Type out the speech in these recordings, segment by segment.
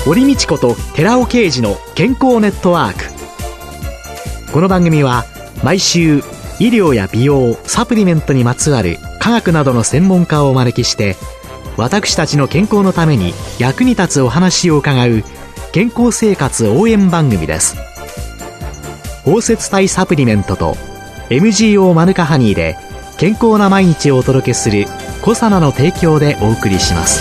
堀道子と寺尾啓二の健康ネットワーク。この番組は毎週医療や美容、サプリメントにまつわる科学などの専門家をお招きして、私たちの健康のために役に立つお話を伺う健康生活応援番組です。包摂体サプリメントと MGO マヌカハニーで健康な毎日をお届けするコサナの提供でお送りします。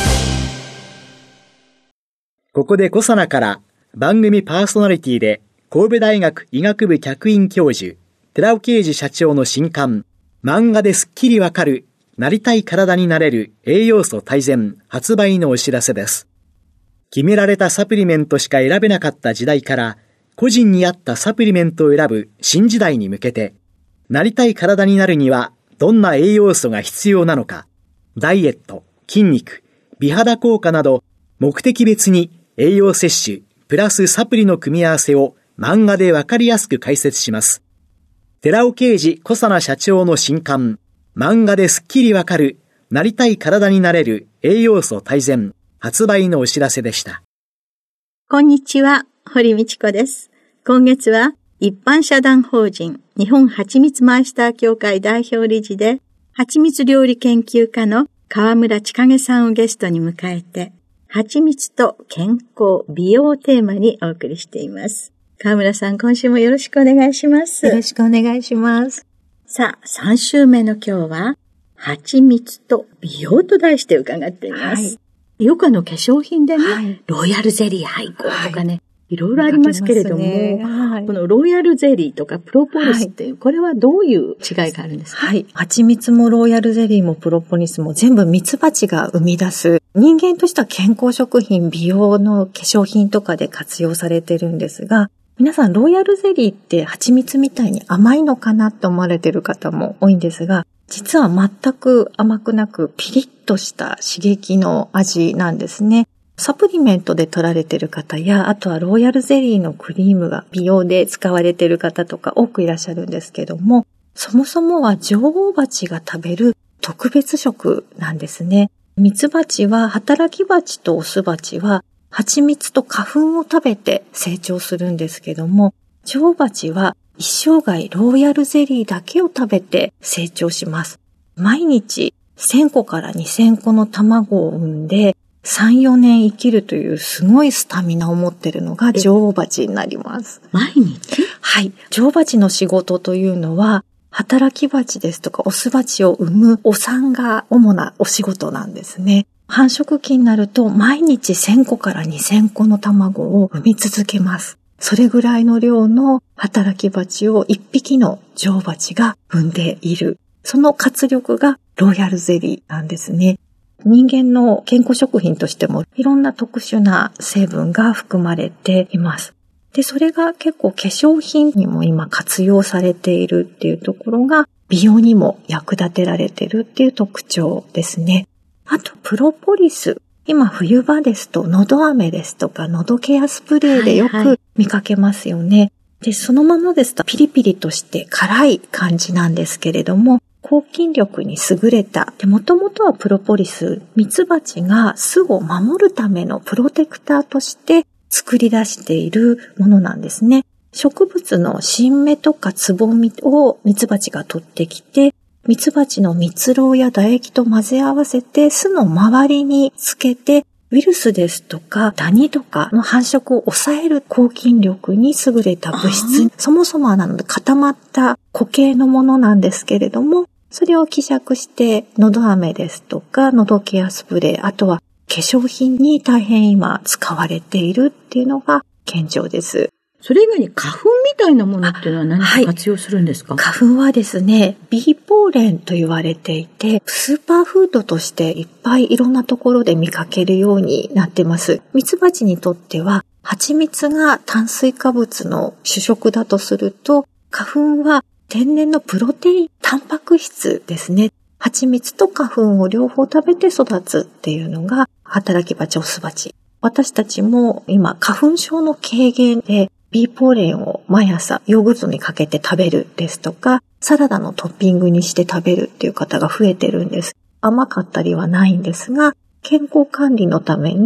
ここでコサナから番組パーソナリティで神戸大学医学部客員教授寺尾啓二社長の新刊、漫画ですっきりわかるなりたい体になれる栄養素大全発売のお知らせです。決められたサプリメントしか選べなかった時代から個人に合ったサプリメントを選ぶ新時代に向けて、なりたい体になるにはどんな栄養素が必要なのか、ダイエット、筋肉、美肌効果など目的別に栄養摂取プラスサプリの組み合わせを漫画でわかりやすく解説します。寺尾啓二小佐奈社長の新刊、漫画ですっきりわかるなりたい体になれる栄養素大全発売のお知らせでした。 こんにちは、堀道子です。今月は一般社団法人日本はちみつマイスター協会代表理事ではちみつ料理研究家の川村千景さんをゲストに迎えて、はちみつと健康、美容をテーマにお送りしています。川村さん、今週もよろしくお願いします。 よろしくお願いします。 さあ、3週目の今日は、はちみつと美容と題して伺っています。はい、よく化粧品でね、ロイヤルゼリー配合とかね、いろいろありますけれども、このロイヤルゼリーとかプロポリスっていう、これはどういう違いがあるんですか？ はい。蜂蜜もロイヤルゼリーもプロポリスも全部ミツバチが生み出す、人間としては健康食品、美容の化粧品とかで活用されてるんですが、皆さんロイヤルゼリーって蜂蜜みたいに甘いのかなと思われてる方も多いんですが、実は全く甘くなくピリッとした刺激の味なんですね。サプリメントで取られている方や、あとはロイヤルゼリーのクリームが美容で使われている方とか多くいらっしゃるんですけども、そもそもは女王蜂が食べる特別食なんですね。ミツバチは働き蜂とオスバチは蜂蜜と花粉を食べて成長するんですけども、女王蜂は一生涯ロイヤルゼリーだけを食べて成長します。毎日1000個から2000個の卵を産んで3、4年生きるというすごいスタミナを持っているのが女王蜂になります。 毎日？ はい。女王蜂の仕事というのは、働き蜂ですとかオス蜂を産むお産が主なお仕事なんですね。繁殖期になると毎日1000個から2000個の卵を産み続けます。それぐらいの量の働き蜂を1匹の女王蜂が産んでいる。その活力がロイヤルゼリーなんですね。人間の健康食品としてもいろんな特殊な成分が含まれています。で、それが結構化粧品にも今活用されているっていうところが美容にも役立てられているっていう特徴ですね。あと、プロポリス。今冬場ですと、のど飴ですとか、のどケアスプレーでよく見かけますよね。で、そのままですとピリピリとして辛い感じなんですけれども、抗菌力に優れた。で、もともとはプロポリス、ミツバチが巣を守るためのプロテクターとして作り出しているものなんですね。植物の新芽とかつぼみをミツバチが取ってきて、ミツバチの蜜蝋や唾液と混ぜ合わせて巣の周りにつけて、ウイルスですとかダニとかの繁殖を抑える抗菌力に優れた物質、そもそもはなので固まった固形のものなんですけれども、それを希釈してのど飴ですとかのどケアスプレー、あとは化粧品に大変今使われているっていうのが現状です。 それ以外に花粉みたいなものっていうのは何か活用するんですか？ 花粉はですね、ビーポーレンと言われていて、スーパーフードとしていっぱいいろんなところで見かけるようになってます。ミツバチにとっては、蜂蜜が炭水化物の主食だとすると、花粉は天然のプロテイン、タンパク質ですね。蜂蜜と花粉を両方食べて育つっていうのが働き蜂、オスバチ。私たちも今花粉症の軽減でビーポーレンを毎朝ヨーグルトにかけて食べるですとか、サラダのトッピングにして食べるっていう方が増えてるんです。甘かったりはないんですが、健康管理のために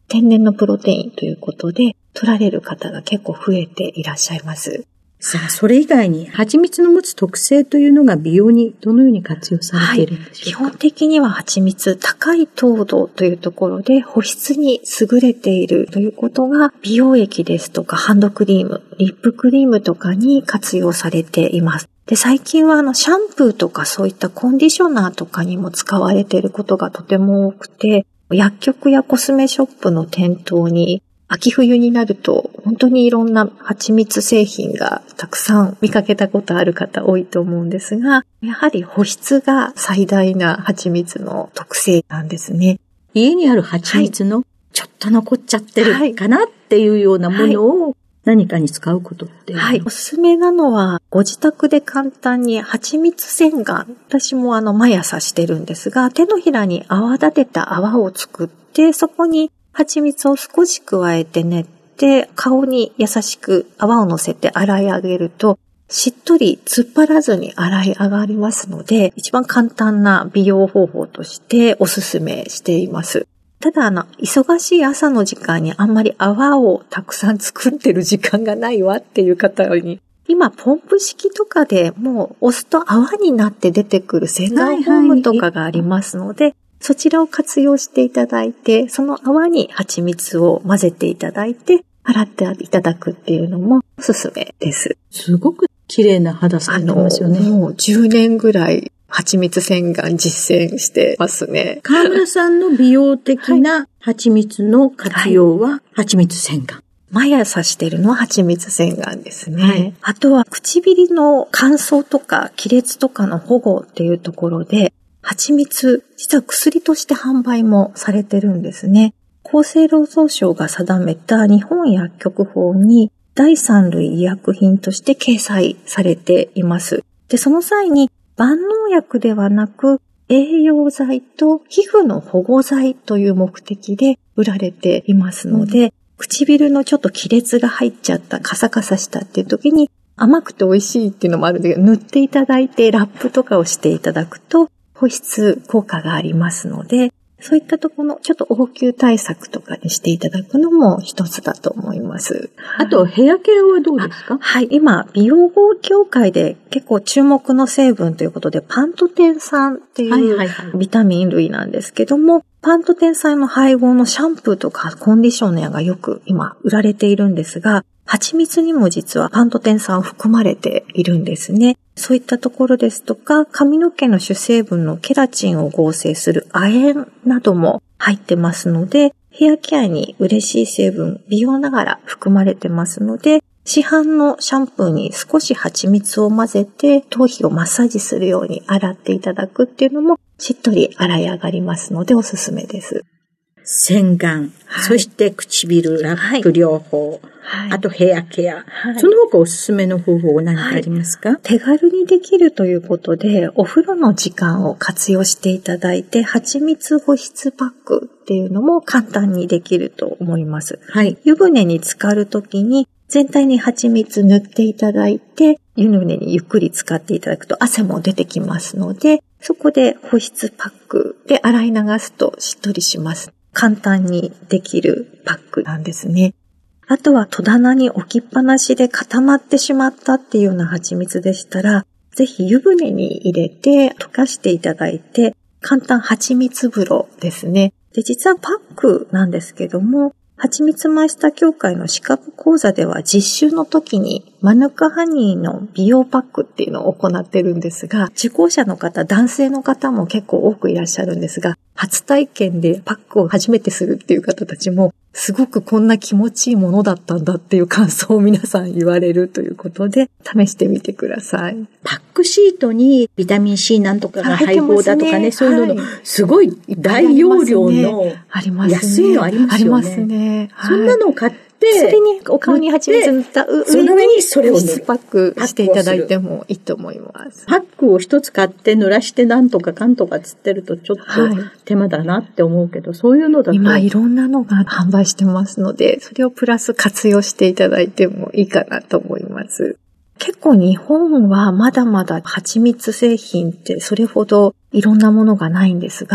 天然のプロテインということで取られる方が結構増えていらっしゃいます。 さあ、それ以外に蜂蜜の持つ特性というのが美容にどのように活用されているんでしょうか？ 基本的には蜂蜜、高い糖度というところで保湿に優れているということが美容液ですとかハンドクリーム、リップクリームとかに活用されています。で、最近はシャンプーとかそういったコンディショナーとかにも使われていることがとても多くて、薬局やコスメショップの店頭に秋冬になると本当にいろんな蜂蜜製品がたくさん見かけたことある方多いと思うんですが、やはり保湿が最大な蜂蜜の特性なんですね。 家にある蜂蜜のちょっと残っちゃってるかなっていうようなものを何かに使うことっていうのは、 おすすめなのはご自宅で簡単に蜂蜜洗顔、私も毎朝してるんですが、手のひらに泡立てた泡を作ってそこに蜂蜜を少し加えて練って、顔に優しく泡を乗せて洗い上げると、しっとり突っ張らずに洗い上がりますので、一番簡単な美容方法としておすすめしています。ただ忙しい朝の時間にあんまり泡をたくさん作ってる時間がないわっていう方に、今ポンプ式とかでもう押すと泡になって出てくる洗顔フォームとかがありますので、そちらを活用していただいて、その泡に蜂蜜を混ぜていただいて、洗っていただくっていうのもおすすめです。 すごく綺麗な肌されてますよね。 もう10年ぐらい蜂蜜洗顔実践してますね。 川村さんの美容的な蜂蜜の活用は蜂蜜洗顔。 毎朝しているのは蜂蜜洗顔ですね。あとは唇の乾燥とか亀裂とかの保護っていうところで、蜂蜜、実は薬として販売もされてるんですね。厚生労働省が定めた日本薬局法に第3類医薬品として掲載されています。で、その際に万能薬ではなく栄養剤と皮膚の保護剤という目的で売られていますので、唇のちょっと亀裂が入っちゃった、カサカサしたっていう時に甘くて美味しいっていうのもあるんで、塗っていただいてラップとかをしていただくと保湿効果がありますので、そういったところのちょっと応急対策とかにしていただくのも一つだと思います。 あと、ヘアケアはどうですか？ はい。今、美容協会で結構注目の成分ということで、パントテン酸っていうビタミン類なんですけども、パントテン酸の配合のシャンプーとかコンディショナーがよく今売られているんですが、蜂蜜にも実はパントテン酸含まれているんですね。そういったところですとか、髪の毛の主成分のケラチンを合成する亜鉛なども入ってますので、ヘアケアに嬉しい成分、美容ながら含まれてますので、市販のシャンプーに少し蜂蜜を混ぜて頭皮をマッサージするように洗っていただくっていうのもしっとり洗い上がりますのでおすすめです。 洗顔、そして唇、ラップ療法、あとヘアケア、その他おすすめの方法何かありますか？ 手軽にできるということで、お風呂の時間を活用していただいて、蜂蜜保湿パックっていうのも簡単にできると思います。湯船に浸かるときに全体に蜂蜜塗っていただいて、湯船にゆっくり浸かっていただくと汗も出てきますので、そこで保湿パックで洗い流すとしっとりします。簡単にできるパックなんですね。あとは戸棚に置きっぱなしで固まってしまったっていうような蜂蜜でしたら、ぜひ湯船に入れて溶かしていただいて、簡単蜂蜜風呂ですね。で、実はパックなんですけども、蜂蜜マイスター協会の資格講座では実習の時にマヌカハニーの美容パックっていうのを行ってるんですが、受講者の方、男性の方も結構多くいらっしゃるんですが、初体験でパックを初めてするっていう方たちも、すごくこんな気持ちいいものだったんだっていう感想を皆さん言われるということで、試してみてください。 パックシートにビタミン C なんとかが配合だとかね、そういうの、すごい大容量の安いのありますよね。ありますね。そんなのを買って、 それにお顔に蜂蜜塗った上にそれをパックしていただいてもいいと思います。 パックを一つ買って濡らしてなんとかかんとかつってるとちょっと手間だなって思うけど、そういうのだと今いろんなのが販売してますので、それをプラス活用していただいてもいいかなと思います。結構日本はまだまだ蜂蜜製品ってそれほどいろんなものがないんですが、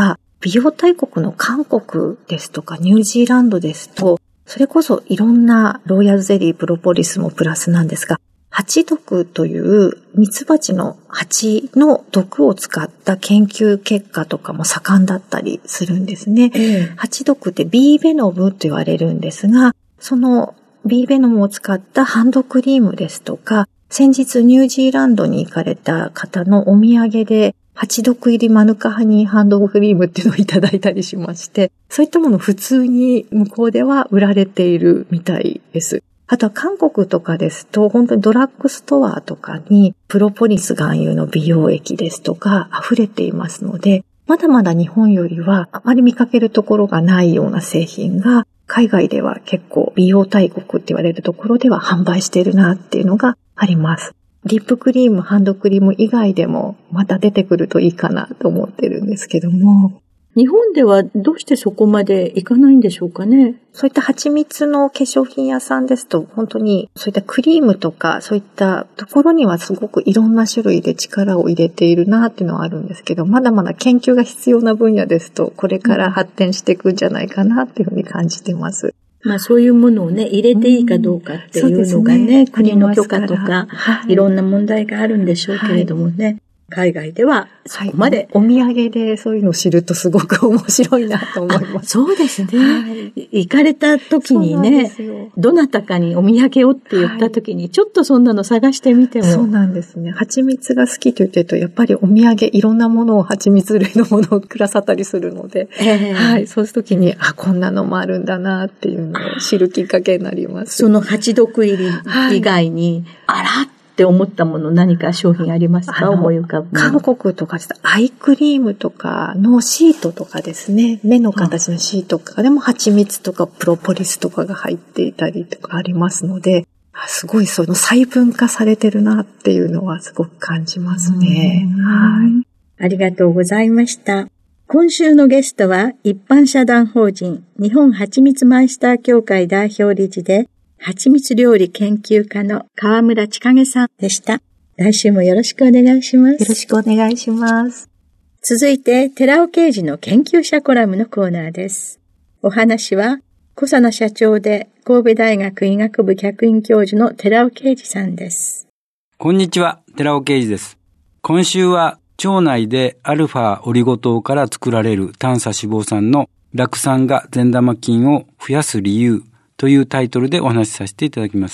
美容大国の韓国ですとかニュージーランドですと、それこそいろんなロイヤルゼリー、プロポリスもプラスなんですが、蜂毒というミツバチの蜂の毒を使った研究結果とかも盛んだったりするんですね。蜂毒って B ベノムと言われるんですが、その B ベノムを使ったハンドクリームですとか、先日ニュージーランドに行かれた方のお土産で蜂毒入りマヌカハニーハンドクリームっていうのをいただいたりしまして、そういったもの普通に向こうでは売られているみたいです。あとは韓国とかですと、本当にドラッグストアとかにプロポリス含有の美容液ですとか溢れていますので、まだまだ日本よりはあまり見かけるところがないような製品が海外では結構美容大国って言われるところでは販売しているなっていうのがあります。リップクリーム、ハンドクリーム以外でもまた出てくるといいかなと思ってるんですけども。 日本ではどうしてそこまでいかないんでしょうかね。 そういった蜂蜜の化粧品屋さんですと、本当にそういったクリームとかそういったところにはすごくいろんな種類で力を入れているなっていうのはあるんですけど、まだまだ研究が必要な分野ですと、これから発展していくんじゃないかなっていうふうに感じてます。 まあそういうものをね、入れていいかどうかっていうのがね、国の許可とか、いろんな問題があるんでしょうけれどもね。海外ではそこまで、 お土産でそういうのを知るとすごく面白いなと思います。 そうですね、行かれた時にね、どなたかにお土産をって言った時に、ちょっとそんなの探してみても。 そうなんですね。蜂蜜が好きと言ってると、やっぱりお土産いろんなものを蜂蜜類のものをくださったりするので、そういう時に、こんなのもあるんだなっていうのを知るきっかけになります。 その蜂毒入り以外に、あらって思ったもの何か商品ありますか？思い浮かぶ。 韓国とかアイクリームとかのシートとかですね、目の形のシートとかでも蜂蜜とかプロポリスとかが入っていたりとかありますので、すごいその細分化されてるなっていうのはすごく感じますね。 ありがとうございました。今週のゲストは一般社団法人日本はちみつマイスター協会代表理事で蜂蜜料理研究家の川村千景さんでした。来週もよろしくお願いします。 よろしくお願いします。 続いて、寺尾啓二の研究者コラムのコーナーです。お話は、小佐野社長で神戸大学医学部客員教授の寺尾啓二さんです。 こんにちは、寺尾啓二です。今週は、腸内でアルファオリゴ糖から作られる短鎖脂肪酸の酪酸が善玉菌を増やす理由というタイトルでお話しさせていただきます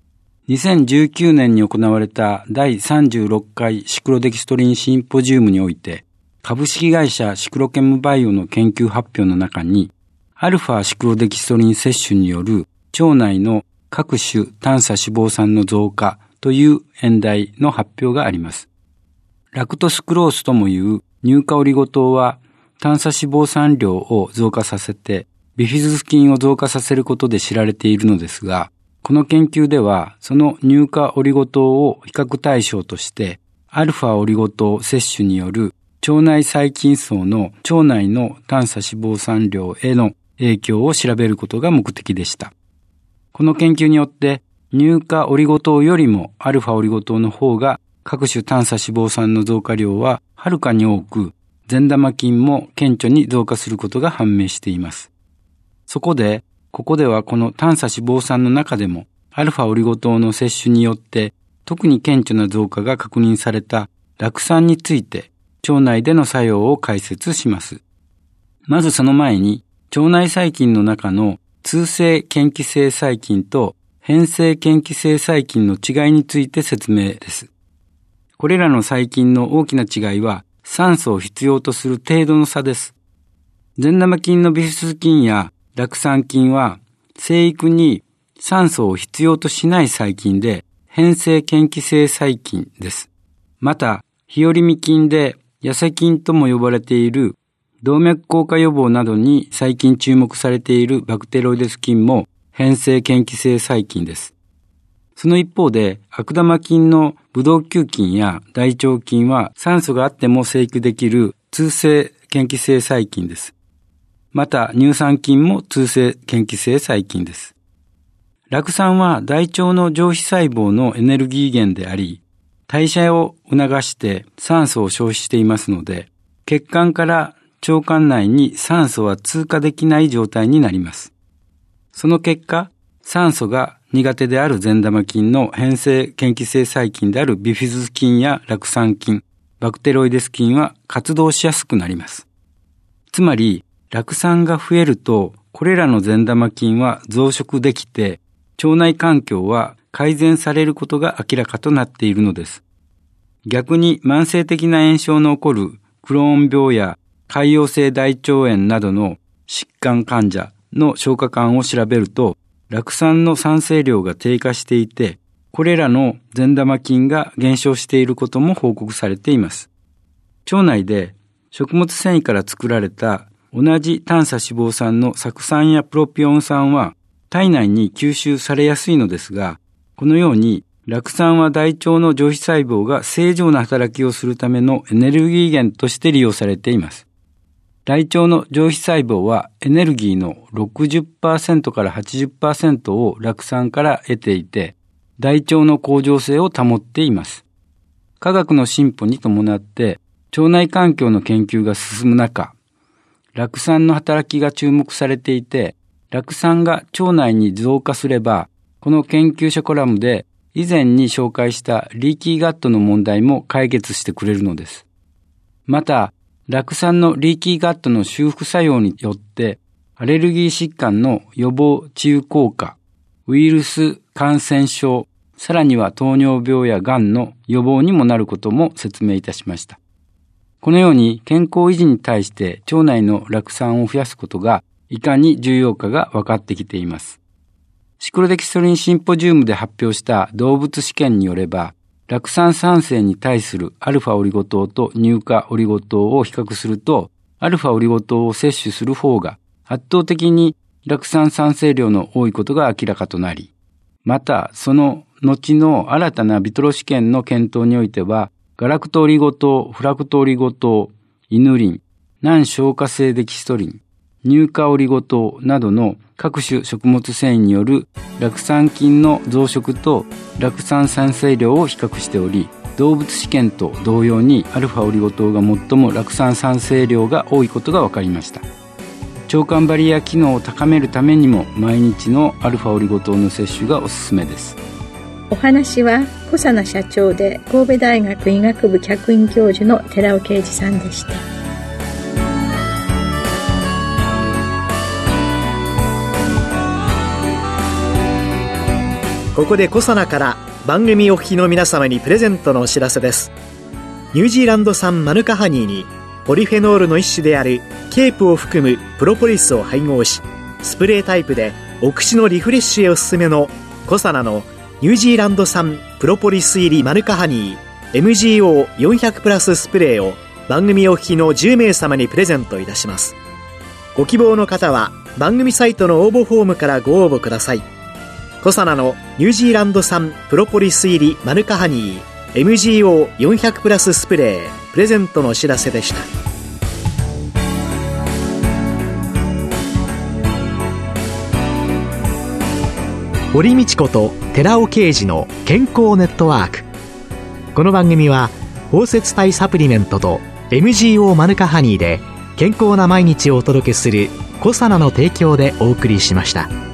。2019年に行われた第36回シクロデキストリンシンポジウムにおいて、株式会社シクロケムバイオの研究発表の中に、アルファシクロデキストリン摂取による腸内の各種短鎖脂肪酸の増加という演題の発表があります。ラクトスクロースともいう乳化オリゴ糖は短鎖脂肪酸量を増加させてビフィズス菌を増加させることで知られているのですが、この研究ではその乳化オリゴ糖を比較対象としてアルファオリゴ糖摂取による腸内細菌層の腸内の短鎖脂肪酸量への影響を調べることが目的でした。この研究によって乳化オリゴ糖よりもアルファオリゴ糖の方が各種短鎖脂肪酸の増加量ははるかに多く、善玉菌も顕著に増加することが判明しています。そこで、ここではこの短鎖脂肪酸の中でもアルファオリゴ糖の摂取によって特に顕著な増加が確認された酪酸について腸内での作用を解説します。まずその前に腸内細菌の中の通性嫌気性細菌と変性嫌気性細菌の違いについて説明です。これらの細菌の大きな違いは酸素を必要とする程度の差です。善玉菌のビフィズス菌や酪酸菌は生育に酸素を必要としない細菌で変性嫌気性細菌です。また、日和見菌で痩せ菌とも呼ばれている動脈硬化予防などに最近注目されているバクテロイデス菌も変性嫌気性細菌です。その一方で、悪玉菌のブドウ球菌や大腸菌は酸素があっても生育できる通性嫌気性細菌です。また、乳酸菌も通性嫌気性細菌です。酪酸は大腸の上皮細胞のエネルギー源であり、代謝を促して酸素を消費していますので、血管から腸管内に酸素は通過できない状態になります。その結果、酸素が苦手である善玉菌の変性嫌気性細菌であるビフィズス菌や酪酸菌、バクテロイデス菌は活動しやすくなります。つまり、酪酸が増えると、これらの善玉菌は増殖できて、腸内環境は改善されることが明らかとなっているのです。逆に慢性的な炎症の起こるクローン病や潰瘍性大腸炎などの疾患患者の消化管を調べると、酪酸の産生量が低下していて、これらの善玉菌が減少していることも報告されています。腸内で食物繊維から作られた同じ短鎖脂肪酸の酢酸やプロピオン酸は体内に吸収されやすいのですが、このように酪酸は大腸の上皮細胞が正常な働きをするためのエネルギー源として利用されています。大腸の上皮細胞はエネルギーの 60% から 80% を酪酸から得ていて、大腸の恒常性を保っています。科学の進歩に伴って腸内環境の研究が進む中、酪酸の働きが注目されていて、酪酸が腸内に増加すれば、この研究者コラムで以前に紹介したリーキーガットの問題も解決してくれるのです。また、酪酸のリーキーガットの修復作用によって、アレルギー疾患の予防治癒効果、ウイルス感染症、さらには糖尿病やがんの予防にもなることも説明いたしました。このように健康維持に対して腸内の酪酸を増やすことがいかに重要かが分かってきています。シクロデキストリンシンポジウムで発表した動物試験によれば、酪酸産生に対するアルファオリゴ糖と乳化オリゴ糖を比較すると、アルファオリゴ糖を摂取する方が圧倒的に酪酸産生量の多いことが明らかとなり、またその後の新たなビトロ試験の検討においては、ガラクトオリゴ糖、フラクトオリゴ糖、イヌリン、難消化性デキストリン、乳化オリゴ糖などの各種食物繊維による酪酸菌の増殖と酪酸産生量を比較しており、動物試験と同様にアルファオリゴ糖が最も酪酸産生量が多いことが分かりました。腸管バリア機能を高めるためにも毎日のアルファオリゴ糖の摂取がおすすめです。 お話は小佐奈社長で神戸大学医学部客員教授の寺尾啓二さんでした。 ここで小佐奈から番組お聞きの皆様にプレゼントのお知らせです。ニュージーランド産マヌカハニーにポリフェノールの一種であるケープを含むプロポリスを配合し、スプレータイプでお口のリフレッシュへおすすめの小佐奈のニュージーランド産プロポリス入りマヌカハニー MGO400 プラススプレーを番組お聞きの10名様にプレゼントいたします。ご希望の方は番組サイトの応募フォームからご応募ください。小佐奈のニュージーランド産プロポリス入りマヌカハニー MGO400 プラススプレープレゼントのお知らせでした。堀道子と寺尾啓二の健康ネットワーク。この番組は包摂体サプリメントと MGO マヌカハニーで健康な毎日をお届けする小佐奈の提供でお送りしました。